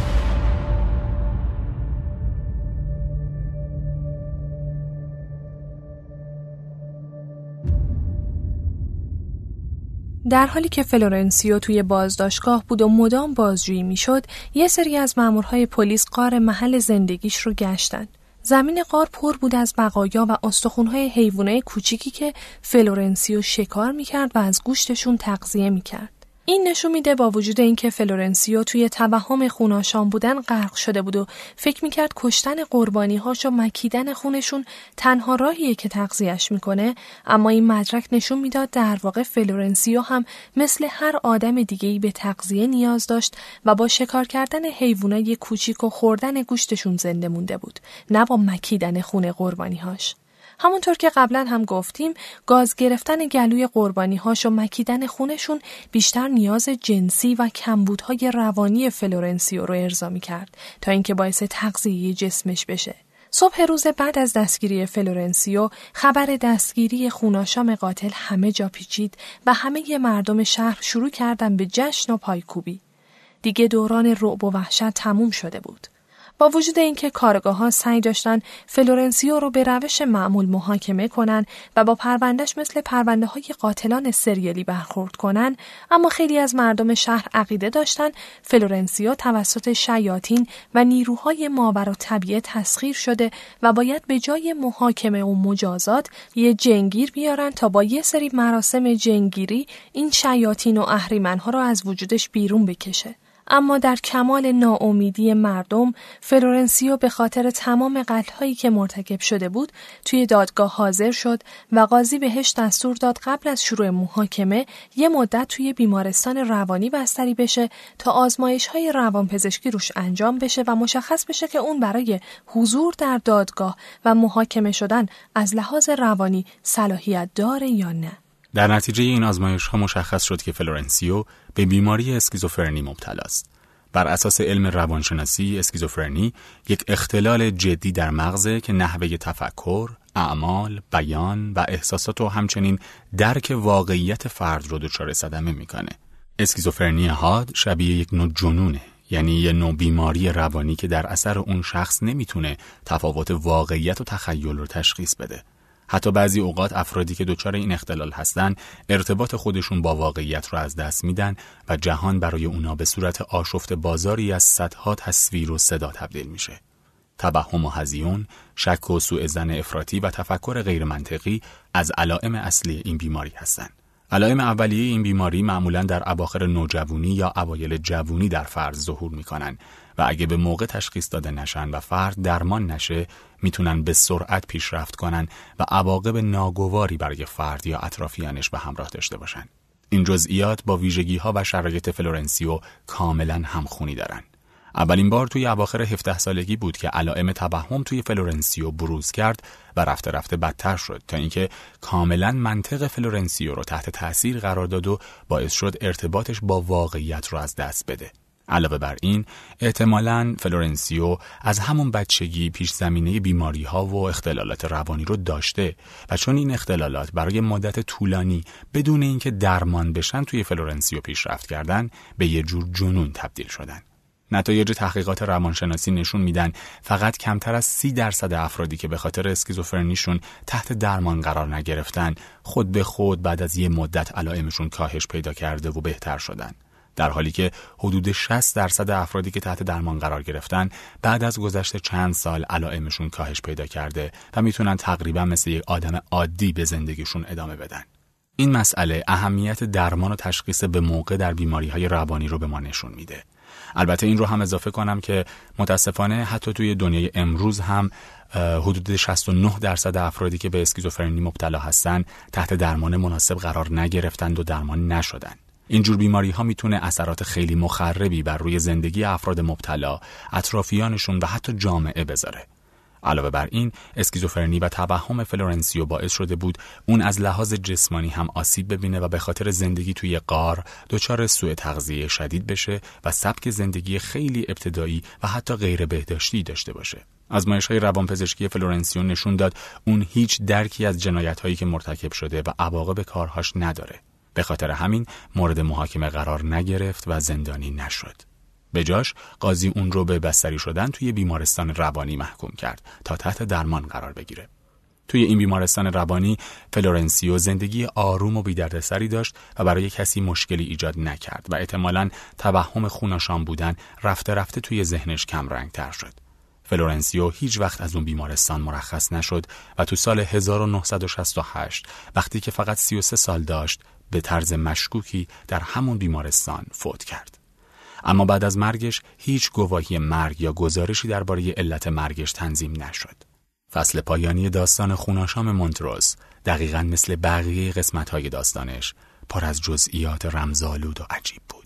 Speaker 1: در حالی که فلورنسیو توی بازداشتگاه بود و مدام بازجویی میشد، یه سری از مامورهای پلیس غار محل زندگیش رو گشتن. زمین غار پر بود از بقایا و استخوان‌های حیوانات کوچیکی که فلورنسیو شکار می‌کرد و از گوشتشون تغذیه می‌کرد. این نشون میده با وجود اینکه فلورنسیو توی توهم خوناشام بودن غرق شده بود و فکر می‌کرد کشتن قربانی‌هاش و مکیدن خونشون تنها راهیه که تغذیه‌اش می‌کنه، اما این مدرک نشون میداد در واقع فلورنسیو هم مثل هر آدم دیگه‌ای به تغذیه نیاز داشت و با شکار کردن حیوانات کوچیک و خوردن گوشتشون زنده مونده بود، نه با مکیدن خون قربانی‌هاش. همونطور که قبلا هم گفتیم، گاز گرفتن گلوی قربانی‌هاش و مکیدن خونشون بیشتر نیاز جنسی و کمبودهای روانی فلورنسیو رو ارضا می‌کرد تا اینکه باعث تغذیه جسمش بشه. صبح روز بعد از دستگیری فلورنسیو، خبر دستگیری خوناشام قاتل همه جا پیچید و همه مردم شهر شروع کردن به جشن و پایکوبی. دیگه دوران رعب و وحشت تموم شده بود. با وجود اینکه کارگاه‌ها سعی داشتن فلورنسیو رو به روش معمول محاکمه کنن و با پروندهش مثل پرونده‌های قاتلان سریالی برخورد کنن، اما خیلی از مردم شهر عقیده داشتن فلورنسیو توسط شیاطین و نیروهای ماورالطبیعه تسخیر شده و باید به جای محاکمه و مجازات یه جنگیر بیارن تا با یه سری مراسم جنگیری این شیاطین و اهریمن‌ها رو از وجودش بیرون بکشه. اما در کمال ناامیدی مردم، فلورنسیو به خاطر تمام قتل‌هایی که مرتکب شده بود توی دادگاه حاضر شد و قاضی بهش دستور داد قبل از شروع محاکمه یه مدت توی بیمارستان روانی بستری بشه تا آزمایش‌های روانپزشکی روش انجام بشه و مشخص بشه که اون برای حضور در دادگاه و محاکمه شدن از لحاظ روانی صلاحیت داره یا نه.
Speaker 3: در نتیجه این آزمایش‌ها مشخص شد که فلورنسیو به بیماری اسکیزوفرنی مبتلا است. بر اساس علم روانشناسی، اسکیزوفرنی یک اختلال جدی در مغزه که نحوه تفکر، اعمال، بیان و احساسات و همچنین درک واقعیت فرد رو دچار صدمه میکنه. اسکیزوفرنی حاد شبیه یک نوع جنونه، یعنی یک نوع بیماری روانی که در اثر اون شخص نمیتونه تفاوت واقعیت و تخیل رو تشخیص بده. حتی بعضی اوقات افرادی که دچار این اختلال هستن ارتباط خودشون با واقعیت رو از دست میدن و جهان برای اونا به صورت آشفت بازاری از صدها تصویر و صدا تبدیل میشه. توهم و هذیون، شک و سوء ظن افراطی و تفکر غیر منطقی از علائم اصلی این بیماری هستن. علائم اولیه این بیماری معمولاً در اواخر نوجوانی یا اوایل جوانی در فرد ظهور میکنن و اگه به موقع تشخیص داده نشن و فرد درمان نشه میتونن به سرعت پیشرفت کنن و عواقب ناگواری برای فرد یا اطرافیانش به همراه داشته باشن. این جزئیات با ویژگی‌ها و شرایط فلورنسیو کاملاً همخونی دارن. اولین بار توی اواخر هفده سالگی بود که علائم توهم توی فلورنسیو بروز کرد و رفته رفته بدتر شد تا اینکه کاملاً منطق فلورنسیو رو تحت تأثیر قرار داد و باعث شد ارتباطش با واقعیت رو از دست بده. علاوه بر این، احتمالاً فلورنسیو از همون بچگی پیش زمینه بیماری ها و اختلالات روانی رو داشته و چون این اختلالات برای مدت طولانی بدون اینکه درمان بشن توی فلورنسیو پیشرفت کردن، به یه جور جنون تبدیل شدن. نتایج تحقیقات روانشناسی نشون میدن فقط کمتر از سی درصد افرادی که به خاطر اسکیزوفرنیشون تحت درمان قرار نگرفتن، خود به خود بعد از یه مدت علائمشون کاهش پیدا کرده و بهتر شدن. در حالی که حدود شصت درصد افرادی که تحت درمان قرار گرفتن بعد از گذشت چند سال علائمشون کاهش پیدا کرده و میتونن تقریبا مثل یک آدم عادی به زندگیشون ادامه بدن. این مسئله اهمیت درمان و تشخیص به موقع در بیماری‌های روانی رو به ما نشون میده. البته این رو هم اضافه کنم که متاسفانه حتی توی دنیای امروز هم حدود شصت و نه درصد افرادی که به اسکیزوفرنی مبتلا هستن تحت درمان مناسب قرار نگرفتند و درمان نشدن. این جور بیماری ها میتونه اثرات خیلی مخربی بر روی زندگی افراد مبتلا، اطرافیانشون و حتی جامعه بذاره. علاوه بر این، اسکیزوفرنی و توهم فلورنسیو باعث شده بود اون از لحاظ جسمانی هم آسیب ببینه و به خاطر زندگی توی غار دچار سوء تغذیه شدید بشه و سبک زندگی خیلی ابتدایی و حتی غیر بهداشتی داشته باشه. آزمایش‌های روانپزشکی فلورنسیو نشون داد اون هیچ درکی از جنایت‌هایی که مرتکب شده و عواقب کارهاش نداره. به خاطر همین مورد محاکمه قرار نگرفت و زندانی نشد. به جاش قاضی اون رو به بستری شدن توی بیمارستان روانی محکوم کرد تا تحت درمان قرار بگیره. توی این بیمارستان روانی فلورنسیو زندگی آروم و بی‌دردسری داشت و برای کسی مشکلی ایجاد نکرد و احتمالاً توهم خوناشام بودن رفته رفته توی ذهنش کم رنگ‌تر شد. فلورنسیو هیچ وقت از اون بیمارستان مرخص نشد و تو سال هزار و نهصد و شصت و هشت وقتی که فقط سی و سه سال داشت به طرز مشکوکی در همون بیمارستان فوت کرد. اما بعد از مرگش هیچ گواهی مرگ یا گزارشی درباره علت مرگش تنظیم نشد. فصل پایانی داستان خوناشام مونتروس دقیقاً مثل بقیه قسمت‌های داستانش پر از جزئیات رمزآلود و عجیب بود.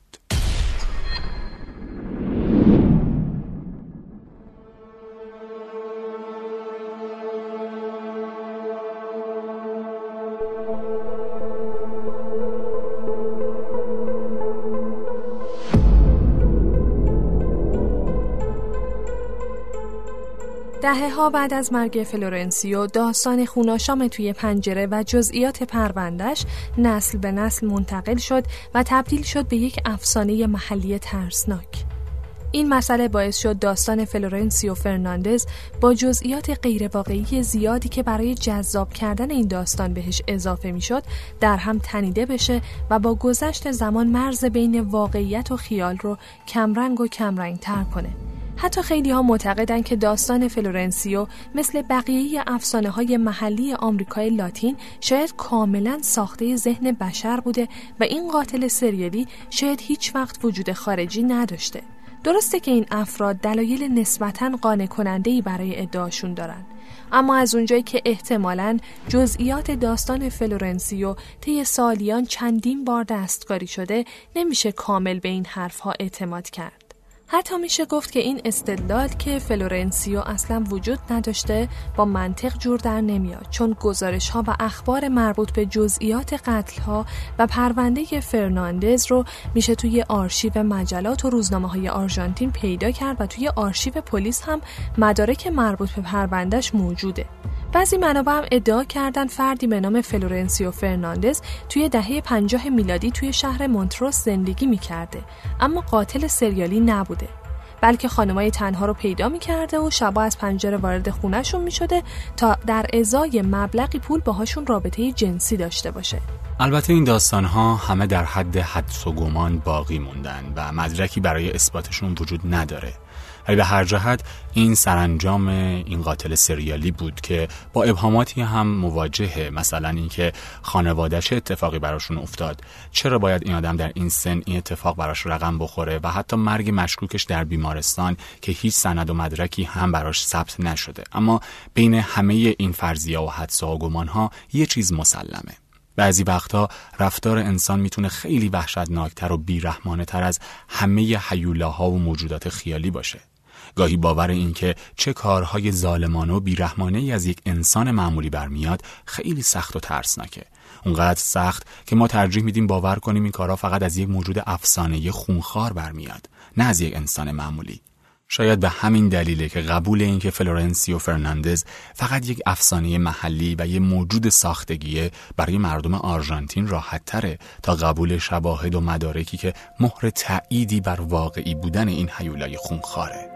Speaker 1: دهه‌ها بعد از مرگ فلورنسیو، داستان خوناشام توی پنجره و جزئیات پروندهش نسل به نسل منتقل شد و تبدیل شد به یک افسانه محلی ترسناک. این مسئله باعث شد داستان فلورنسیو فرناندز با جزئیات غیرواقعی زیادی که برای جذاب کردن این داستان بهش اضافه میشد در هم تنیده بشه و با گذشت زمان مرز بین واقعیت و خیال رو کمرنگ و کمرنگ تر کنه. حتی خیلی ها معتقدن که داستان فلورنسیو مثل بقیه افسانه های محلی آمریکای لاتین شاید کاملا ساخته ذهن بشر بوده و این قاتل سریالی شاید هیچ وقت وجود خارجی نداشته. درسته که این افراد دلایل نسبتاً قانع کننده‌ای برای ادعاشون دارن، اما از اونجایی که احتمالاً جزئیات داستان فلورنسیو طی سالیان چندین بار دستکاری شده، نمیشه کامل به این حرفها اعتماد کرد. حتی میشه گفت که این استدلال که فلورنسیو اصلا وجود نداشته با منطق جور در نمیاد، چون گزارش‌ها و اخبار مربوط به جزئیات قتل‌ها و پرونده فرناندز رو میشه توی آرشیو مجلات و روزنامه‌های آرژانتین پیدا کرد و توی آرشیو پلیس هم مدارک مربوط به پروندهش موجوده. بعضی منابع هم ادعا کردن فردی به نام فلورنسیو فرناندز توی دهه پنجاه میلادی توی شهر مونتروس زندگی میکرده، اما قاتل سریالی نبوده، بلکه خانمای تنها رو پیدا میکرده و شبا از پنجره وارد خونهشون میشده تا در ازای مبلغی پول باهاشون رابطه جنسی داشته باشه.
Speaker 3: البته این داستان‌ها همه در حد حدس و گمان باقی موندن و مدرکی برای اثباتشون وجود نداره. ولی به هر جهت این سرانجام این قاتل سریالی بود که با ابهاماتی هم مواجهه، مثلا اینکه خانواده‌اش اتفاقی براشون افتاد، چرا باید این آدم در این سن این اتفاق براش رقم بخوره، و حتی مرگ مشکوکش در بیمارستان که هیچ سند و مدرکی هم براش ثبت نشده. اما بین همه این فرضیه و حدس‌ها و گمان‌ها یه چیز مسلمه: بعضی وقتا رفتار انسان میتونه خیلی وحشتناکتر و بیرحمانه‌تر از همه هیولاها و موجودات خیالی باشه. گاهی باور این که چه کارهای ظالمانه و بیرحمانه‌ای از یک انسان معمولی برمیاد خیلی سخت و ترسناکه. اونقدر سخت که ما ترجیح میدیم باور کنیم این کارها فقط از یک موجود افسانه‌ای خونخوار برمیاد، نه از یک انسان معمولی. شاید به همین دلیله که قبول این که فلورنسیو فرناندز فقط یک افسانه محلی و یک موجود ساختگیه برای مردم آرژانتین راحت تره تا قبول شواهد و مدارکی که مهر تأییدی بر واقعی بودن این هیولای خونخواره.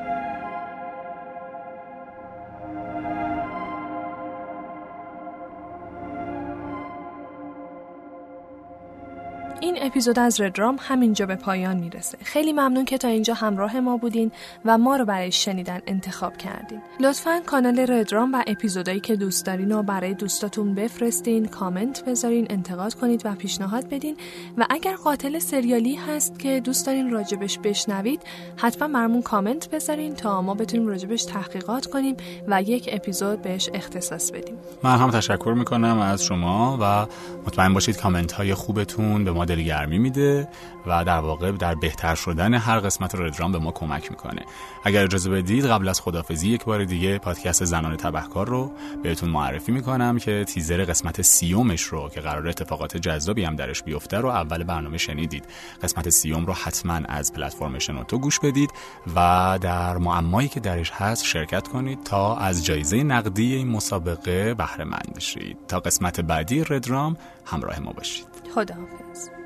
Speaker 1: این اپیزود از ردرام همینجا به پایان میرسه. خیلی ممنون که تا اینجا همراه ما بودین و ما رو برای شنیدن انتخاب کردین. لطفاً کانال ردرام و اپیزودایی که دوست دارین رو برای دوستاتون بفرستین، کامنت بذارین، انتقاد کنید و پیشنهاد بدین، و اگر قاتل سریالی هست که دوست دارین راجبش بشنوید، حتما برامون کامنت بذارین تا ما بتونیم راجبش تحقیقات کنیم و یک اپیزود بهش اختصاص بدیم.
Speaker 3: من هم تشکر میکنم از شما و مطمئن باشید کامنت های خوبتون به ما دلگرمی میده و در واقع در بهتر شدن هر قسمت ردرام به ما کمک میکنه. اگر اجازه بدید قبل از خداحافظی یک بار دیگه پادکست زنان تبهکار رو بهتون معرفی میکنم که تیزر قسمت سیومش رو که قرار اتفاقات جذابی هم درش بیفته رو اول برنامه شنیدید. قسمت سیوم رو حتما از پلتفرم شنوتو گوش بدید و در معمایی که درش هست شرکت کنید تا از جایزه نقدی این مسابقه بهره مند بشید. تا قسمت بعدی ردرام همراه ما باشید.
Speaker 1: خداحافظ.